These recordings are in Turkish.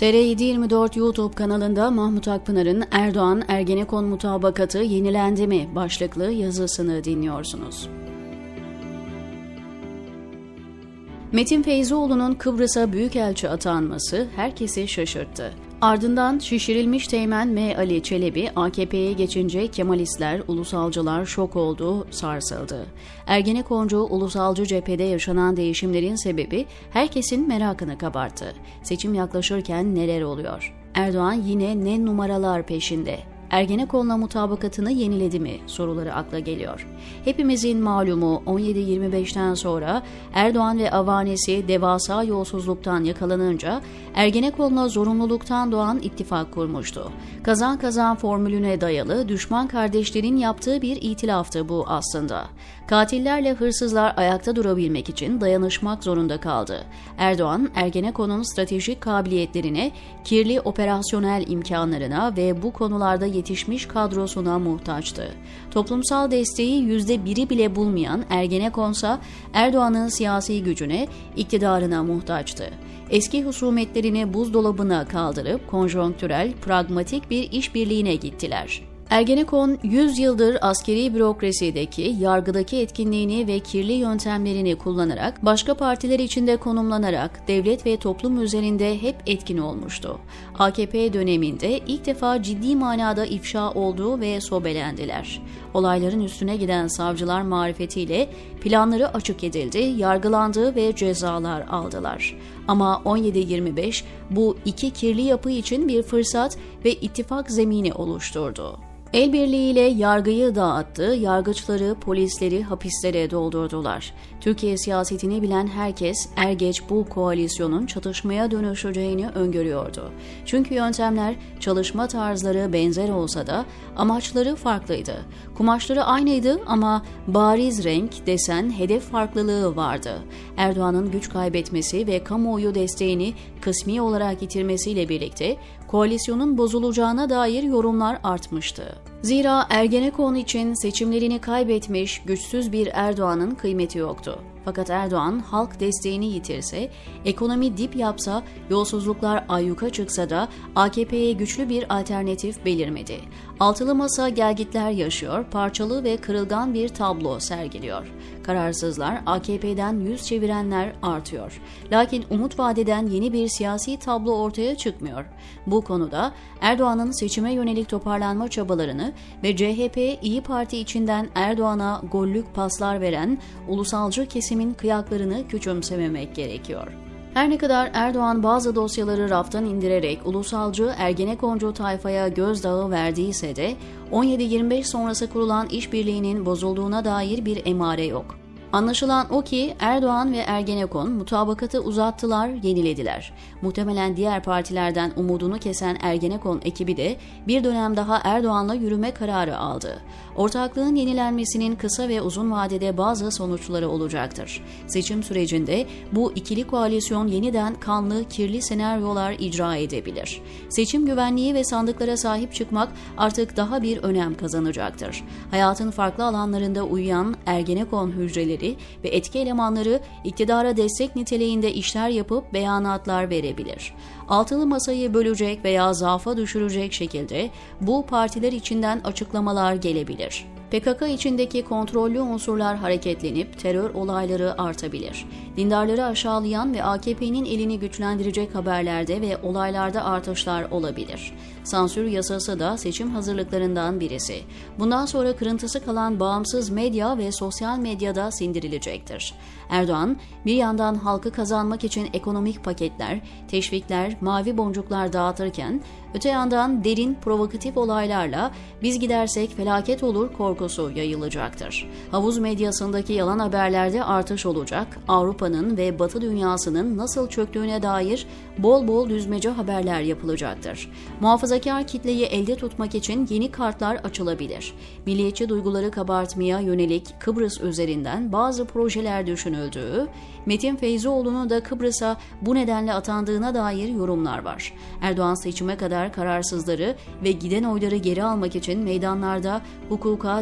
TR724 YouTube kanalında Mahmut Akpınar'ın Erdoğan-Ergenekon mutabakatı yenilendi mi başlıklı yazısını dinliyorsunuz. Metin Feyzioğlu'nun Kıbrıs'a büyükelçi atanması herkesi şaşırttı. Ardından şişirilmiş Teğmen M. Ali Çelebi AKP'ye geçince Kemalistler, ulusalcılar şok oldu, sarsıldı. Ergenekoncu, ulusalcı cephede yaşanan değişimlerin sebebi herkesin merakını kabarttı. Seçim yaklaşırken neler oluyor? Erdoğan yine ne numaralar peşinde? Ergenekon'la mutabakatını yeniledi mi soruları akla geliyor. Hepimizin malumu 17-25'ten sonra Erdoğan ve avanesi devasa yolsuzluktan yakalanınca Ergenekon'la zorunluluktan doğan ittifak kurmuştu. Kazan kazan formülüne dayalı düşman kardeşlerin yaptığı bir itilaftı bu aslında. Katillerle hırsızlar ayakta durabilmek için dayanışmak zorunda kaldı. Erdoğan, Ergenekon'un stratejik kabiliyetlerine, kirli operasyonel imkanlarına ve bu konularda yetişmiş kadrosuna muhtaçtı. Toplumsal desteği %1'i bile bulmayan Ergenekon'sa Erdoğan'ın siyasi gücüne, iktidarına muhtaçtı. Eski husumetlerini buzdolabına kaldırıp konjonktürel, pragmatik bir işbirliğine gittiler. Ergenekon 100 yıldır askeri bürokrasideki, yargıdaki etkinliğini ve kirli yöntemlerini kullanarak, başka partiler içinde konumlanarak devlet ve toplum üzerinde hep etkin olmuştu. AKP döneminde ilk defa ciddi manada ifşa oldu ve sobelendiler. Olayların üstüne giden savcılar marifetiyle planları açık edildi, yargılandı ve cezalar aldılar. Ama 17-25 bu iki kirli yapı için bir fırsat ve ittifak zemini oluşturdu. El birliğiyle yargıyı dağıttı, yargıçları, polisleri hapislere doldurdular. Türkiye siyasetini bilen herkes er geç bu koalisyonun çatışmaya dönüşeceğini öngörüyordu. Çünkü yöntemler, çalışma tarzları benzer olsa da amaçları farklıydı. Kumaşları aynıydı ama bariz renk, desen, hedef farklılığı vardı. Erdoğan'ın güç kaybetmesi ve kamuoyu desteğini kısmi olarak yitirmesiyle birlikte koalisyonun bozulacağına dair yorumlar artmıştı. Zira Ergenekon için seçimlerini kaybetmiş, güçsüz bir Erdoğan'ın kıymeti yoktu. Fakat Erdoğan halk desteğini yitirse, ekonomi dip yapsa, yolsuzluklar ayyuka çıksa da AKP'ye güçlü bir alternatif belirmedi. Altılı masa gelgitler yaşıyor, parçalı ve kırılgan bir tablo sergiliyor. Kararsızlar, AKP'den yüz çevirenler artıyor. Lakin umut vadeden yeni bir siyasi tablo ortaya çıkmıyor. Bu konuda Erdoğan'ın seçime yönelik toparlanma çabalarını ve CHP, İyi Parti içinden Erdoğan'a gollük paslar veren ulusalcı kesimin kıyaklarını küçümsememek gerekiyor. Her ne kadar Erdoğan bazı dosyaları raftan indirerek ulusalcı Ergenekoncu tayfaya gözdağı verdiyse de 17-25 sonrası kurulan işbirliğinin bozulduğuna dair bir emare yok. Anlaşılan o ki Erdoğan ve Ergenekon mutabakatı uzattılar, yenilediler. Muhtemelen diğer partilerden umudunu kesen Ergenekon ekibi de bir dönem daha Erdoğan'la yürüme kararı aldı. Ortaklığın yenilenmesinin kısa ve uzun vadede bazı sonuçları olacaktır. Seçim sürecinde bu ikili koalisyon yeniden kanlı, kirli senaryolar icra edebilir. Seçim güvenliği ve sandıklara sahip çıkmak artık daha bir önem kazanacaktır. Hayatın farklı alanlarında uyuyan Ergenekon hücreleri ve etki elemanları iktidara destek niteliğinde işler yapıp beyanatlar verebilir. Altılı masayı bölecek veya zaafa düşürecek şekilde bu partiler içinden açıklamalar gelebilir. PKK içindeki kontrollü unsurlar hareketlenip terör olayları artabilir. Dindarları aşağılayan ve AKP'nin elini güçlendirecek haberlerde ve olaylarda artışlar olabilir. Sansür yasası da seçim hazırlıklarından birisi. Bundan sonra kırıntısı kalan bağımsız medya ve sosyal medyada sindirilecektir. Erdoğan, bir yandan halkı kazanmak için ekonomik paketler, teşvikler, mavi boncuklar dağıtırken, öte yandan derin, provokatif olaylarla biz gidersek felaket olur korkusu yayılacaktır. Havuz medyasındaki yalan haberlerde artış olacak, Avrupa'nın ve Batı dünyasının nasıl çöktüğüne dair bol bol düzmece haberler yapılacaktır. Muhafazakar kitleyi elde tutmak için yeni kartlar açılabilir. Milliyetçi duyguları kabartmaya yönelik Kıbrıs üzerinden bazı projeler düşünüldüğü, Metin Feyzioğlu'nun da Kıbrıs'a bu nedenle atandığına dair yorumlar var. Erdoğan seçime kadar kararsızları ve giden oyları geri almak için meydanlarda hukuka,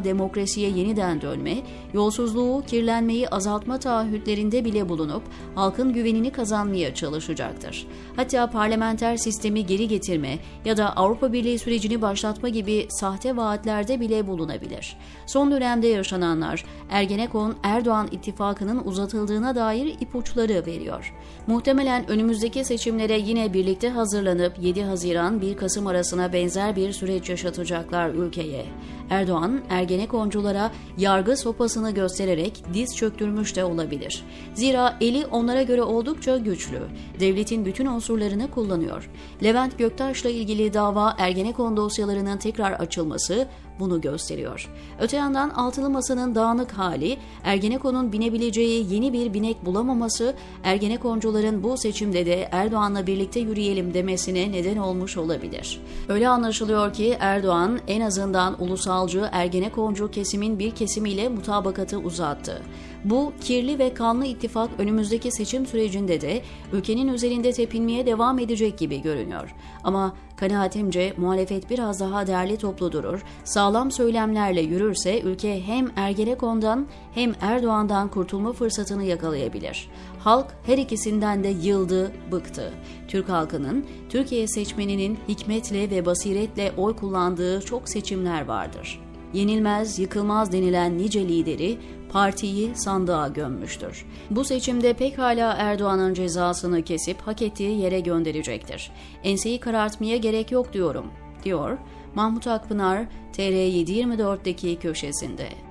demokrasiye yeniden dönme, yolsuzluğu, kirlenmeyi azaltma taahhütlerinde bile bulunup halkın güvenini kazanmaya çalışacaktır. Hatta parlamenter sistemi geri getirme ya da Avrupa Birliği sürecini başlatma gibi sahte vaatlerde bile bulunabilir. Son dönemde yaşananlar Ergenekon-Erdoğan ittifakının uzatıldığına dair ipuçları veriyor. Muhtemelen önümüzdeki seçimlere yine birlikte hazırlanıp 7 Haziran-1 Kasım arasına benzer bir süreç yaşatacaklar ülkeye. Erdoğan, Ergenekonculara yargı sopasını göstererek diz çöktürmüş de olabilir. Zira eli onlara göre oldukça güçlü. Devletin bütün unsurlarını kullanıyor. Levent Göktaş'la ilgili dava Ergenekon dosyalarının tekrar açılması bunu gösteriyor. Öte yandan Altılı Masa'nın dağınık hali, Ergenekon'un binebileceği yeni bir binek bulamaması, Ergenekoncuların bu seçimde de Erdoğan'la birlikte yürüyelim demesine neden olmuş olabilir. Öyle anlaşılıyor ki Erdoğan en azından ulusalcı Ergenekoncu kesimin bir kesimiyle mutabakatı uzattı. Bu kirli ve kanlı ittifak önümüzdeki seçim sürecinde de ülkenin üzerinde tepinmeye devam edecek gibi görünüyor. Ama kanaatimce muhalefet biraz daha derli toplu durur, sağlam söylemlerle yürürse ülke hem Ergenekon'dan hem Erdoğan'dan kurtulma fırsatını yakalayabilir. Halk her ikisinden de yıldı, bıktı. Türk halkının, Türkiye seçmeninin hikmetle ve basiretle oy kullandığı çok seçimler vardır. Yenilmez, yıkılmaz denilen nice lideri partiyi sandığa gömmüştür. Bu seçimde pekala Erdoğan'ın cezasını kesip hak ettiği yere gönderecektir. Enseyi karartmaya gerek yok diyor Mahmut Akpınar TR724'deki köşesinde.